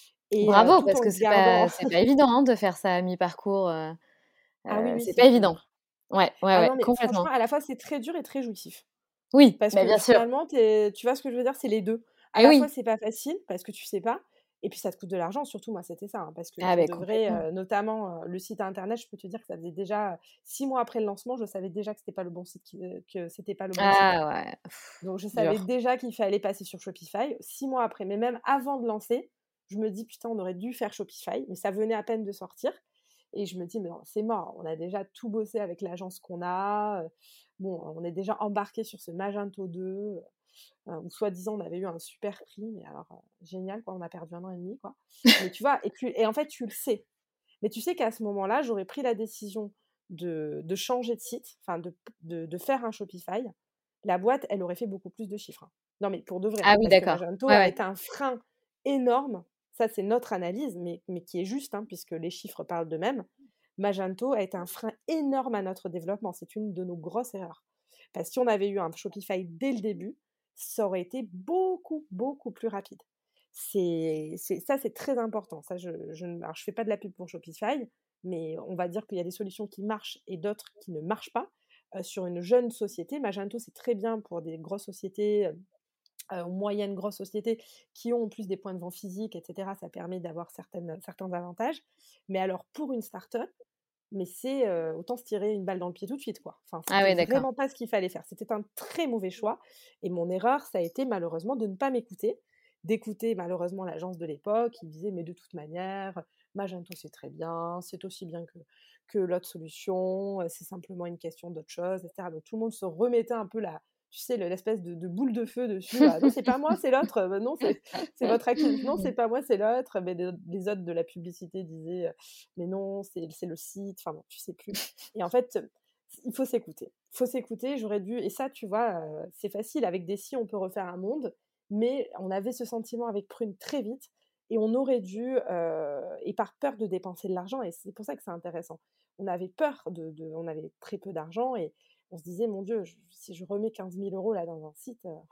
Et heu, Bravo, tout parce en que c'est pas gardant c'est pas évident, hein, de faire ça à mi-parcours, heu ah oui, heu, oui, c'est c'est pas évident. sûr. Ouais, ouais, Ah ouais, non, mais franchement, complètement. à la fois, c'est très dur et très jouissif. Oui, Parce bah, que bien sûr. finalement, tu es tu vois ce que je veux dire? C'est les deux. À Et la fois, oui. c'est pas facile parce que tu sais pas et puis ça te coûte de l'argent. Surtout moi, c'était ça, hein, parce que Ah pour beh, de vrai, complètement. heu, notamment, heu, le site internet, je peux te dire que ça faisait déjà, heu, six mois après le lancement, je savais déjà que c'était pas le bon site qui, heu, que c'était pas le bon site. Ah ouais, Donc je savais dur. déjà qu'il fallait passer sur Shopify. six mois après, mais même avant de lancer, je me dis: «Putain, on aurait dû faire Shopify», mais ça venait à peine de sortir et je me dis: «Mais non, c'est mort, on a déjà tout bossé avec l'agence qu'on a, heu, bon, on est déjà embarqué sur ce Magento deux, heu, où soi-disant on avait eu un super prix, mais alors, heu, génial quoi, on a perdu un an et demi quoi». Mais tu vois? Et tu et en fait, tu le sais. Mais tu sais qu'à ce moment-là, j'aurais pris la décision de de changer de site, enfin de p de de faire un Shopify. La boîte, elle aurait fait beaucoup plus de chiffres, hein. Non, mais pour de vrai, Ah oui, parce que d'accord. Magento Ouais, a ouais. été un frein énorme. Ça, c'est notre analyse, mais mais qui est juste, hein, puisque les chiffres parlent d'eux-mêmes. Magento a été un frein énorme à notre développement. C'est une de nos grosses erreurs. Parce que si on avait eu un Shopify dès le début, ça aurait été beaucoup, beaucoup plus rapide. C'est c'est ça, c'est très important. Ça, je je ne alors je fais pas de la pub pour Shopify, mais on va dire qu'il y a des solutions qui marchent et d'autres qui ne marchent pas, heu, sur une jeune société. Magento, c'est très bien pour des grosses sociétés, heu heu, ou moyennes grosses sociétés qui ont en plus des points de vente physiques et cetera. Ça permet d'avoir certaines, certains avantages. Mais alors pour une start-up, mais c'est, heu, autant se tirer une balle dans le pied tout de suite, quoi. Enfin, Ah c'était ouais, d'accord. vraiment pas ce qu'il fallait faire. C'était un très mauvais choix et mon erreur, ça a été malheureusement de ne pas m'écouter, d'écouter malheureusement l'agence de l'époque qui disait: «Mais de toute manière, Magento, c'est très bien, c'est aussi bien que que l'autre solution, heu, c'est simplement une question d'autre chose» et cetera. Donc tout le monde se remettait un peu la tu sais, le l'espèce de de boule de feu dessus, là: «Non, c'est pas moi, c'est l'autre, heu, non, c'est c'est votre acquis non, c'est pas moi, c'est l'autre». Mais de les autres de la publicité disaient, heu: «Mais non, c'est c'est le site», enfin bon, tu sais plus. Et en fait, il faut s'écouter. Il faut s'écouter, j'aurais dû et ça, tu vois, heu, c'est facile, avec des «si» on peut refaire un monde, mais on avait ce sentiment avec Prune très vite et on aurait dû, heu et par peur de dépenser de l'argent et c'est pour ça que c'est intéressant. On avait peur de de on avait très peu d'argent et on se disait: «Mon Dieu, je si je remets quinze mille euros là dans un site, heu,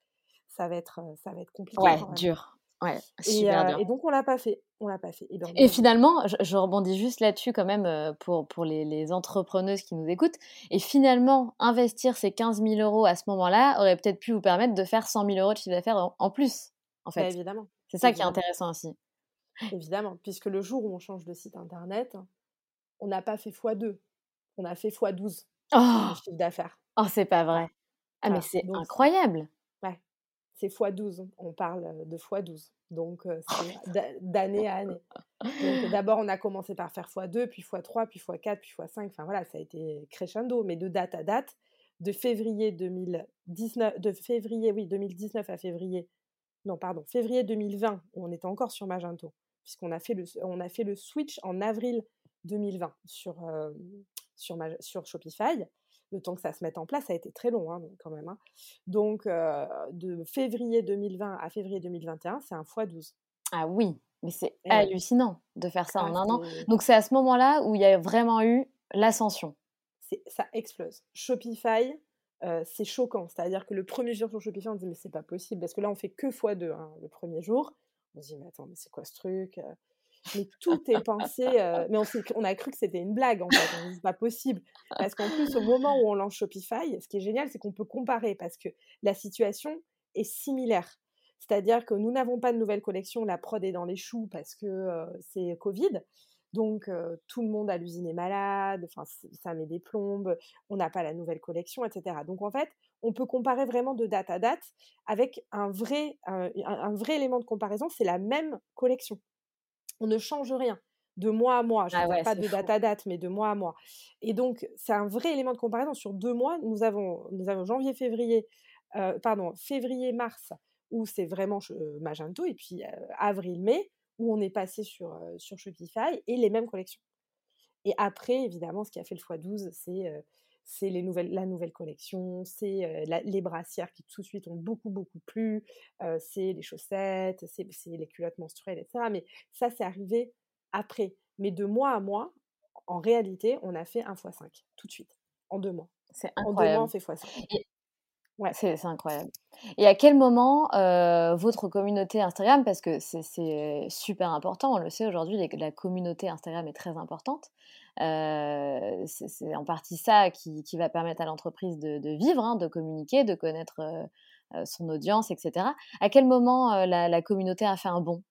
ça va être, heu, ça va être compliqué Ouais, quand même». dur. Ouais, Et super heu dur. et donc on l'a pas fait, on l'a pas fait et ben on Et aurait dû. finalement, je je rebondis juste là-dessus quand même, heu, pour pour les les entrepreneuses qui nous écoutent et finalement, investir ces quinze mille euros à ce moment-là aurait peut-être pu vous permettre de faire cent mille euros de chiffre d'affaires en en plus, en Bah, fait. évidemment, C'est ça qui est évidemment, intéressant aussi. évidemment, puisque le jour où on change de site internet, on n'a pas fait fois deux, on a fait fois douze Oh! de chiffre d'affaires. Oh, c'est pas Voilà, vrai. Ah mais voilà, c'est donc incroyable! ouais, c'est fois douze, on parle, heu, de fois douze, donc heu, Oh c'est putain. d'a d'année à année. Donc d'abord, on a commencé par faire fois deux, puis fois trois, puis fois quatre, puis fois cinq. Enfin voilà, ça a été crescendo, mais de date à date, de février deux mille dix-neuf de février, oui, deux mille dix-neuf à février non pardon, février deux mille vingt, où on était encore sur Magento, puisqu'on a fait le on a fait le switch en avril deux mille vingt sur, hem, sur Maj sur Shopify. Le temps que ça se mette en place, ça a été très long, hein, donc quand même, hein. Donc heu, de février deux mille vingt à février deux mille vingt et un, c'est un fois douze. Ah oui, mais c'est Et ouais. hallucinant de faire ça Ah, en un an. c'est Donc c'est à ce moment-là où il y a vraiment eu l'ascension? c'est ça explose. Shopify, heu, c'est choquant. C'est-à-dire que le premier jour sur Shopify, on dit: «Mais c'est pas possible», parce que là, on fait que fois deux, hein, le premier jour. On se dit: «Mais attends, mais c'est quoi ce truc, heu?» Mais tout est pensé, heu, mais on s'est on a cru que c'était une blague, en fait. On s'est dit: «C'est pas possible». Parce qu'en plus, au moment où on lance Shopify, ce qui est génial, c'est qu'on peut comparer parce que la situation est similaire. C'est-à-dire que nous n'avons pas de nouvelle collection, la prod est dans les choux parce que, heu, c'est Covid. Donc heu, tout le monde à l'usine est malade, enfin ç ça met des plombes, on n'a pas la nouvelle collection et cetera. Donc en fait, on peut comparer vraiment de date à date avec un vrai, heu, un un vrai élément de comparaison, c'est la même collection. On ne change rien, de mois à mois, je veux Ah dire ouais, pas c'est de date fou. à date, mais de mois à mois. Et donc c'est un vrai élément de comparaison. Sur deux mois, nous avons nous avons janvier, février, heu, pardon, février, mars, où c'est vraiment ch heu, Magento et puis, heu, avril, mai, où on est passé sur, heu, sur Shopify et les mêmes collections. Et après, évidemment, ce qui a fait le fois douze, c'est, heu, c'est les nouvelles la nouvelle collection, c'est, heu, la les brassières qui tout de suite ont beaucoup, beaucoup plu, heu, c'est les chaussettes, c'est c'est les culottes menstruelles et cetera. Mais ça, c'est arrivé après. Mais de mois à mois, en réalité, on a fait un fois cinq tout de suite, en deux mois. C'est En deux mois, on incroyable. fait fois cinq. Et Ouais. c'est c'est incroyable. Et à quel moment, heu, votre communauté Instagram, parce que c'est c'est super important, on le sait aujourd'hui, les la communauté Instagram est très importante. euh, c'est, c'est en partie ça qui, qui va permettre à l'entreprise de, de vivre, hein, de communiquer, de connaître euh, euh, son audience, et cetera. À quel moment euh, la, la communauté a fait un bond?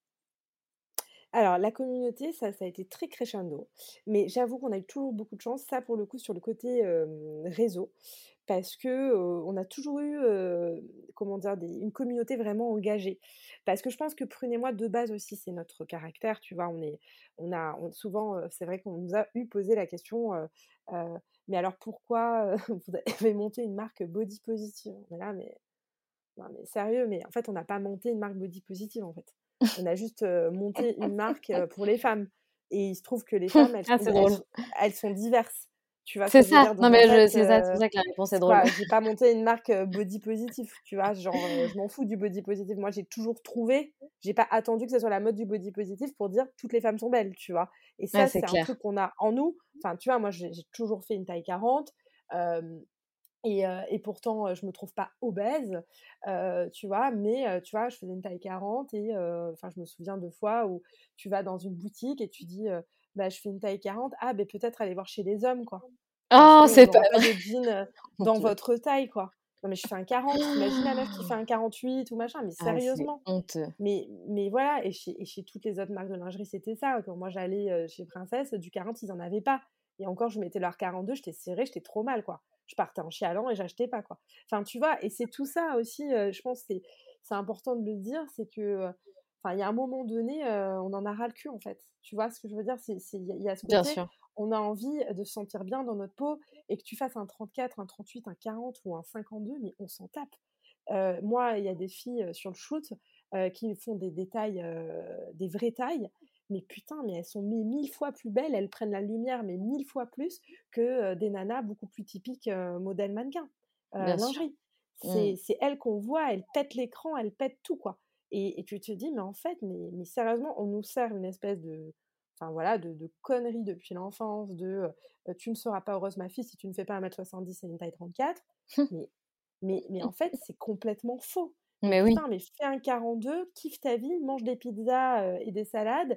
Alors, la communauté, ça, ça a été très crescendo. Mais j'avoue qu'on a eu toujours beaucoup de chance, ça pour le coup, sur le côté hem, réseau. Parce que, heu, on a toujours eu, heu, comment dire? Des une communauté vraiment engagée. Parce que je pense que Prune et moi, de base aussi, c'est notre caractère, tu vois? On est on a on souvent, heu, c'est vrai qu'on nous a eu posé la question, heu heu: «Mais alors pourquoi, heu, vous avez monté une marque body positive?» On est là: «Mais non mais sérieux?» Mais en fait, on n'a pas monté une marque body positive, en fait. On a juste, heu, monté une marque, heu, pour les femmes et il se trouve que les femmes, elles Ah, sont c'est elles drôle. sont elles sont diverses. Tu vois ce C'est que je veux ça. dire? Non, Donc en mais fait, je, c'est ça. C'est heu, pour ça que la réponse est c'est drôle. pas j'ai pas monté une marque, heu, body positive, tu vois? Genre, heu, je m'en fous du body positive. Moi, j'ai toujours trouvé j'ai pas attendu que ce soit la mode du body positive pour dire: «Toutes les femmes sont belles», tu vois? Et Ouais, ça, c'est c'est un clair. truc qu'on a en nous. Enfin, tu vois, moi, j'ai j'ai toujours fait une taille quarante, hem et heu et pourtant, heu, je me trouve pas obèse, heu, tu vois? Mais heu, tu vois, je faisais une taille quarante et heu, enfin, je me souviens de fois où tu vas dans une boutique et tu dis, heu: «Bah, je fais une taille quarante, ah beh, peut-être aller voir chez les hommes, quoi. Parce Oh, qu'on c'est pas n'aura pas vrai. de jeans, heu, Mon dans Dieu. votre taille, quoi». Non mais je fais un quarante, tu la meuf qui fait un quarante-huit ou machin, mais Ah, c'est sérieusement? honteux. Mais mais voilà et chez et chez toutes les autres marques de lingerie, c'était ça. Quand moi j'allais, heu, chez Princess, du quarante, ils en avaient pas et encore je mettais leur quarante-deux, j'étais serrée, j'étais trop mal, quoi. Je partais en chialant et j'achetais pas, quoi. Enfin, tu vois? Et c'est tout ça aussi, heu, je pense c'est c'est important de le dire, c'est que, heu, enfin, il y a un moment donné, heu, on en a ras le cul, en fait. Tu vois ce que je veux dire? C'est c'est il y a il y a ce Bien côté, sûr. on a envie de se sentir bien dans notre peau et que tu fasses un trente-quatre, un trente-huit, un quarante ou un cinquante-deux, mais on s'en tape. Heu, moi, il y a des filles, heu, sur le shoot, heu, qui font des des tailles, heu, des vraies tailles, mais putain, mais elles sont mais mille fois plus belles, elles prennent la lumière, mais mille fois plus que, heu, des nanas beaucoup plus typiques, heu, modèle mannequin, heu, Bien sûr. lingerie. Mmh. C'est c'est elles qu'on voit, elles pètent l'écran, elles pètent tout, quoi et et tu te dis: «Mais en fait, mais mais sérieusement, on nous sert une espèce de enfin voilà, de de conneries depuis l'enfance, de, heu, tu ne seras pas heureuse ma fille si tu ne fais pas un mètre soixante-dix et une taille trente-quatre». Mais mais mais en fait, c'est complètement faux. Mais Mais oui. putain, mais fais un quarante-deux, kiffe ta vie, mange des pizzas, heu et des salades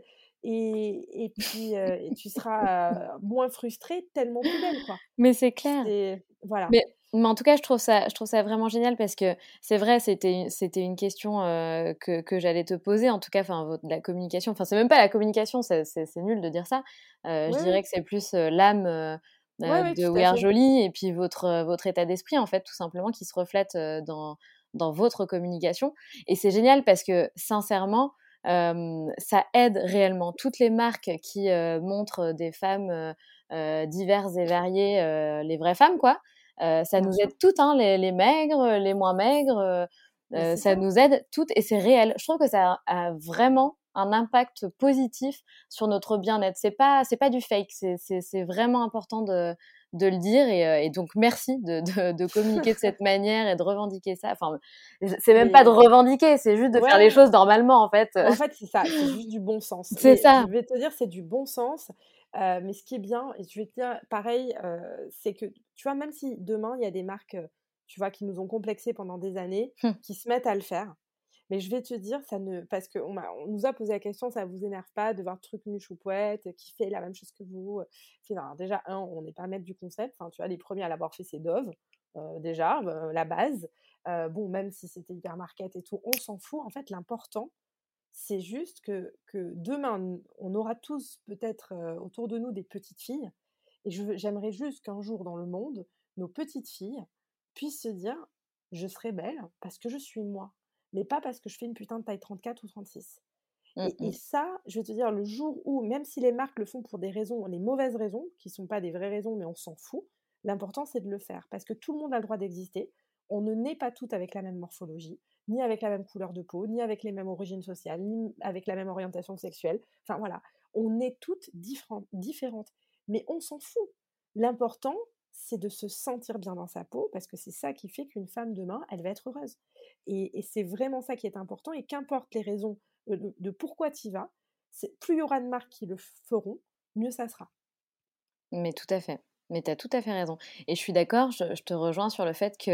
et et puis, heu et tu seras, heu, moins frustrée, tellement plus belle, quoi. Mais c'est clair. C'est voilà. Mais mais en tout cas, je trouve ça je trouve ça vraiment génial parce que c'est vrai, c'était c'était une question, heu, que que j'allais te poser en tout cas, enfin votre la communication, enfin c'est même pas la communication, c'est c'est c'est nul de dire ça. Heu, je Oui, oui. dirais que c'est plus, heu, l'âme, heu Ouais, heu, ouais, de tout We à Are fait. Jolie et puis votre, heu, votre état d'esprit en fait, tout simplement qui se reflète, heu, dans dans votre communication et c'est génial parce que sincèrement, hem, ça aide réellement toutes les marques qui, heu, montrent des femmes, heu heu, diverses et variées, heu, les vraies femmes quoi. Heu, ça Bien nous sûr. aide toutes, hein, les les maigres, les moins maigres, heu Mais heu, c'est ça ça. nous aide toutes et c'est réel. Je trouve que ça a a vraiment un impact positif sur notre bien-être. C'est pas c'est pas du fake, c'est c'est c'est vraiment important de de le dire et heu et donc merci de de de communiquer de cette manière et de revendiquer ça. Enfin, c'est même pas de Mais revendiquer, c'est juste de faire les ouais. choses normalement, en fait. En fait, c'est ça, c'est juste du bon sens. C'est Mais je ça. vais te dire, c'est du bon sens, heu, mais ce qui est bien et je vais te dire pareil, heu, c'est que, tu vois, même si demain, il y a des marques, heu, tu vois, qui nous ont complexés pendant des années, Mmh. qui se mettent à le faire, mais je vais te dire, ça ne parce qu'on m'a on nous a posé la question: «Ça vous énerve pas de voir Truc Miche ou Pouette qui fait la même chose que vous?» C'est non, alors déjà un, on n'est pas maître du concept, enfin, tu vois, les premiers à l'avoir fait, c'est Dove, heu, déjà, heu, la base. Heu, bon, même si c'était hypermarket et tout, on s'en fout. En fait, l'important, c'est juste que que demain, on aura tous peut-être, heu, autour de nous des petites filles et je veux j'aimerais juste qu'un jour dans le monde, nos petites filles puissent se dire: «Je serai belle parce que je suis moi, mais pas parce que je fais une putain de taille trente-quatre ou trente-six». Mmh Et et mh. ça, je vais te dire, le jour où, même si les marques le font pour des raisons, les mauvaises raisons, qui sont pas des vraies raisons, mais on s'en fout, l'important c'est de le faire parce que tout le monde a le droit d'exister. On ne naît pas toutes avec la même morphologie, ni avec la même couleur de peau, ni avec les mêmes origines sociales, ni avec la même orientation sexuelle. Enfin voilà, on est toutes diffren- différentes, mais on s'en fout. L'important, c'est de se sentir bien dans sa peau parce que c'est ça qui fait qu'une femme demain, elle va être heureuse. Et, et c'est vraiment ça qui est important. Et qu'importe les raisons euh, de, de pourquoi tu y vas, c'est, plus il y aura de marques qui le feront, mieux ça sera. Mais tout à fait. Mais tu as tout à fait raison et je suis d'accord, je je te rejoins sur le fait que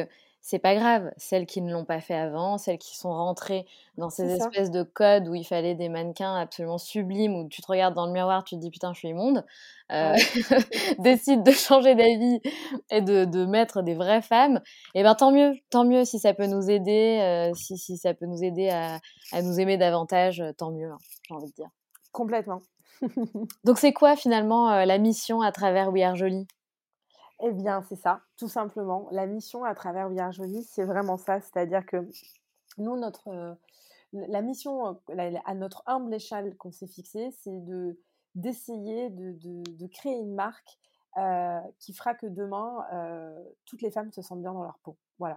c'est pas grave. Celles qui ne l'ont pas fait avant, celles qui sont rentrées dans ces C'est ça. espèces de codes où il fallait des mannequins absolument sublimes, où tu te regardes dans le miroir, tu te dis: «Putain, je suis immonde», heu, Ouais. décident de changer d'avis et de de mettre des vraies femmes, et ben, tant mieux, tant mieux si ça peut nous aider, heu, si si ça peut nous aider à à nous aimer davantage, heu, tant mieux, hein, j'ai envie de dire. Complètement. Donc c'est quoi finalement, heu, la mission à travers We Are Jolie? Eh bien, c'est ça, tout simplement. La mission à travers We Are Jolie, c'est vraiment ça. C'est-à-dire que nous, notre, heu, la mission, heu, la la à notre humble échelle qu'on s'est fixée, c'est de d'essayer de de de créer une marque, heu, qui fera que demain, heu, toutes les femmes se sentent bien dans leur peau. Voilà.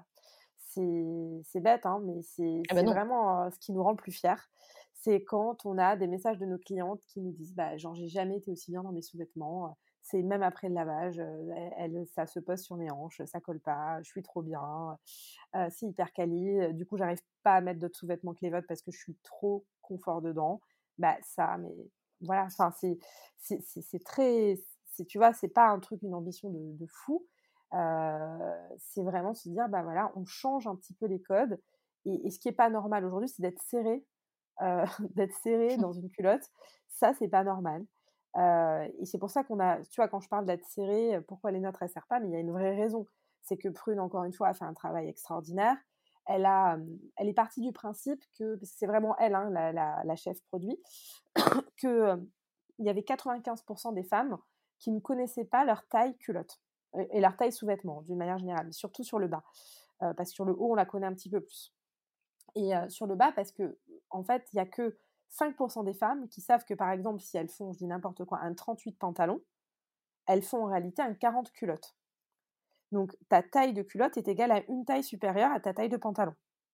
C'est c'est bête, hein, mais c'est Ah bah, c'est non. vraiment, heu, ce qui nous rend le plus fiers. C'est quand on a des messages de nos clientes qui nous disent: «Bah, genre, j'ai jamais été aussi bien dans mes sous-vêtements, heu, c'est même après le lavage, heu, elle elle ça se pose sur mes hanches, ça colle pas, je suis trop bien, heu, c'est hyper quali, heu, du coup, j'arrive pas à mettre d'autres sous-vêtements que les vôtres parce que je suis trop confort dedans». Bah, ça, mais voilà, enfin, c'est c'est c'est c'est très c'est tu vois, c'est pas un truc, une ambition de de fou, heu, c'est vraiment se dire: «Bah, voilà, on change un petit peu les codes» et et ce qui est pas normal aujourd'hui, c'est d'être serré, heu, d'être serré dans une culotte. Ça, c'est pas normal, heu et c'est pour ça qu'on a tu vois, quand je parle d'être serré, pourquoi les nôtres, elles serrent pas, mais il y a une vraie raison. C'est que Prune, encore une fois, a fait un travail extraordinaire. Elle a, hem, elle est partie du principe que parce que c'est vraiment elle, hein, la la la chef produit, que, hem, il y avait quatre-vingt-quinze des femmes qui ne connaissaient pas leur taille culotte et et leur taille sous-vêtements, d'une manière générale, mais surtout sur le bas, heu, parce que sur le haut, on la connaît un petit peu plus et heu, sur le bas parce qu'en fait, il y a que cinq des femmes qui savent que, par exemple, si elles font, je dis n'importe quoi, un trente-huit pantalon, elles font en réalité un quarante culotte. Donc ta taille de culotte est égale à une taille supérieure à ta taille de pantalon.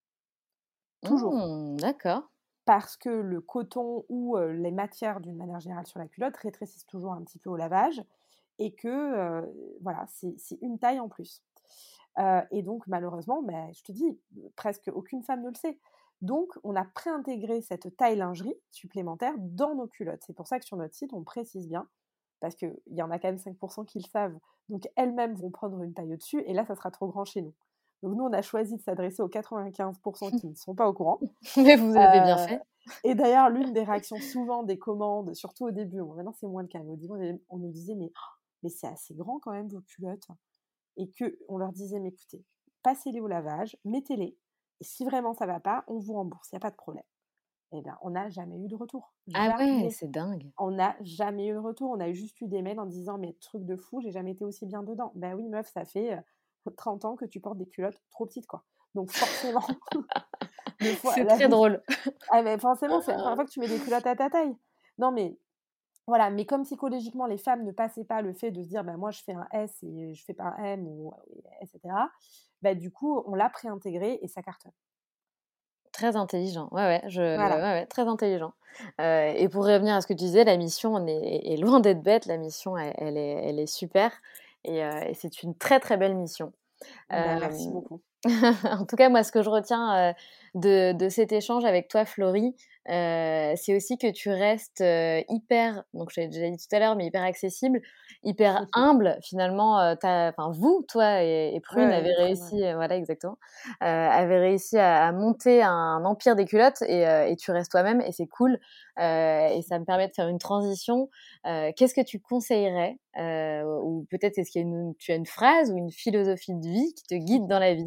Toujours. Mmh, d'accord. Parce que le coton ou, heu, les matières d'une manière générale sur la culotte rétrécissent toujours un petit peu au lavage et que, heu, voilà, c'est c'est une taille en plus. Heu et donc malheureusement, bah, je te dis, presque aucune femme ne le sait. Donc on a préintégré cette taille lingerie supplémentaire dans nos culottes. C'est pour ça que sur notre site, on précise bien, parce qu'il y en a quand même cinq qui le savent, donc elles-mêmes vont prendre une taille au-dessus et là, ça sera trop grand chez nous. Donc nous, on a choisi de s'adresser aux quatre-vingt-quinze qui ne sont pas au courant. Mais vous avez bien Heu fait. et d'ailleurs, l'une des réactions souvent des commandes, surtout au début, bon maintenant c'est moins le cas, mais au début, on avait on nous disait: «Mais mais c'est assez grand quand même vos culottes» et qu'on leur disait: «Mais écoutez, passez-les au lavage, mettez-les et si vraiment ça va pas, on vous rembourse, il y a pas de problème». Et ben, on n'a jamais eu de retour. Ah ouais, Jamais. c'est dingue. On n'a jamais eu de retour. On a juste eu des mails en disant: «Mais truc de fou, j'ai jamais été aussi bien dedans». Bah oui meuf, ça fait, heu, trente ans que tu portes des culottes trop petites, quoi. Donc forcément, le fois C'est la très drôle. ah mais forcément, c'est la première fois que tu mets des culottes à ta taille. Non mais voilà, mais comme psychologiquement les femmes ne passaient pas le fait de se dire: «Bah moi je fais un S et je fais pas un M» ou et cetera, bah du coup, on l'a préintégré et ça cartonne. Très intelligent. Ouais, ouais, je ouais, Voilà. ouais, très intelligent. Heu et pour revenir à ce que tu disais, la mission on est est loin d'être bête. La mission, elle elle est elle est super et heu et c'est une très, très belle mission. Bah merci Hem, beaucoup. en tout cas, moi, ce que je retiens, heu, de de cet échange avec toi, Florie, heu, c'est aussi que tu restes, heu, hyper donc je t'avais déjà dit tout à l'heure, mais hyper accessible, hyper humble. Finalement, heu, tu as enfin vous, toi et et Ouais, Prune ouais, avez très humble. réussi, heu, voilà exactement, heu, avez réussi à à monter un empire des culottes et heu et tu restes toi-même et c'est cool, heu et ça me permet de faire une transition. Heu, qu'est-ce que tu conseillerais, heu, ou peut-être est-ce qu'il y a une tu as une phrase ou une philosophie de vie qui te guide dans la vie?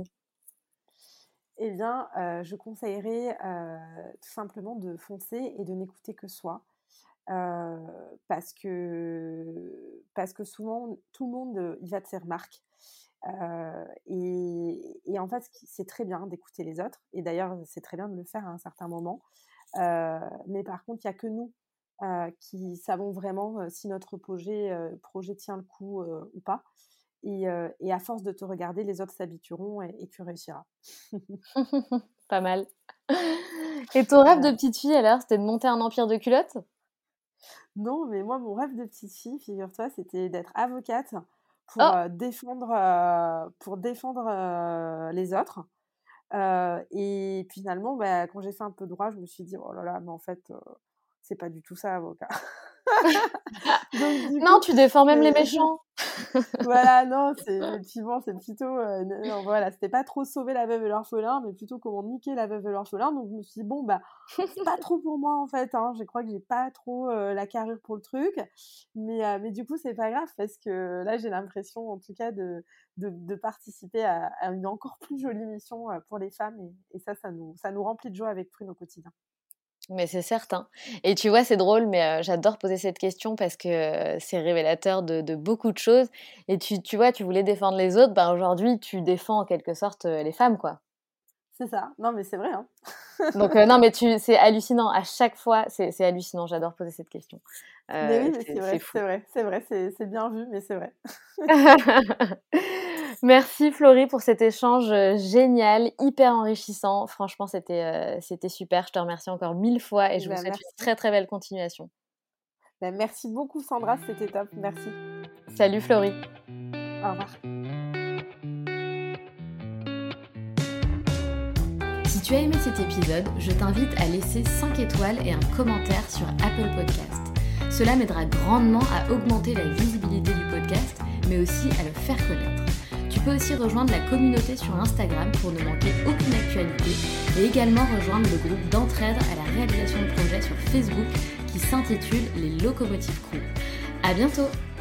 Eh bien, heu, je conseillerais, heu, tout simplement de foncer et de n'écouter que soi. Heu, parce que parce que souvent, tout le monde, heu, y va de ses remarques. Heu et et en fait, ce qui c'est très bien d'écouter les autres et d'ailleurs, c'est très bien de le faire à un certain moment. Heu, mais par contre, il y a que nous, heu, qui savons vraiment, heu, si notre projet, heu, projet tient le coup, heu, ou pas et heu et à force de te regarder, les autres s'habitueront et et tu réussiras. Pas mal. Et ton rêve de Voilà. petite fille alors, c'était de monter un empire de culottes? Non, mais moi, mon rêve de petite fille, figure-toi, c'était d'être avocate pour, Oh! heu, défendre, heu, pour défendre, heu, les autres. Heu et finalement, bah, quand j'ai fait un peu de droit, je me suis dit: «Oh là là, mais en fait, heu, c'est pas du tout ça avocat». Donc, du Non, coup, tu défends même les c'est méchants. voilà, non, c'est effectivement, c'est plutôt, heu, n non, voilà, c'était pas trop sauver la veuve et l'orphelin, mais plutôt comment niquer la veuve et l'orphelin. Donc je me suis dit: «Bon, bah, c'est pas trop pour moi, en fait, hein». Je crois que j'ai pas trop, heu, la carrure pour le truc. Mais heu, mais du coup, c'est pas grave parce que là, j'ai l'impression, en tout cas, de de de participer à à une encore plus jolie mission, heu, pour les femmes et et ça, ça nous ça nous remplit de joie avec Prune au quotidien. Mais c'est certain. Et tu vois, c'est drôle, mais heu, j'adore poser cette question parce que, heu, c'est révélateur de de beaucoup de choses et tu tu vois, tu voulais défendre les autres, bah, aujourd'hui, tu défends en quelque sorte, heu, les femmes, quoi. C'est ça. Non, mais c'est vrai, hein. Donc heu, non, mais tu c'est hallucinant. À chaque fois, c'est c'est hallucinant. J'adore poser cette question. Mais Heu, oui, mais c'est c'est c'est vrai, fou. c'est vrai, c'est vrai, c'est c'est bien vu, mais c'est vrai. Merci Florie pour cet échange, heu, génial, hyper enrichissant. Franchement, c'était, heu, c'était super. Je te remercie encore mille fois et Et je vous bah, souhaite une merci. très, très belle continuation. Bah, merci beaucoup Sandra, c'était top, merci. Salut Florie. Au revoir. Si tu as aimé cet épisode, je t'invite à laisser cinq étoiles et un commentaire sur Apple Podcast. Cela m'aidera grandement à augmenter la visibilité du podcast, mais aussi à le faire connaître. Tu peux aussi rejoindre la communauté sur Instagram pour ne manquer aucune actualité et également rejoindre le groupe d'entraide à la réalisation de projets sur Facebook qui s'intitule Les Locomotives Crew. À bientôt!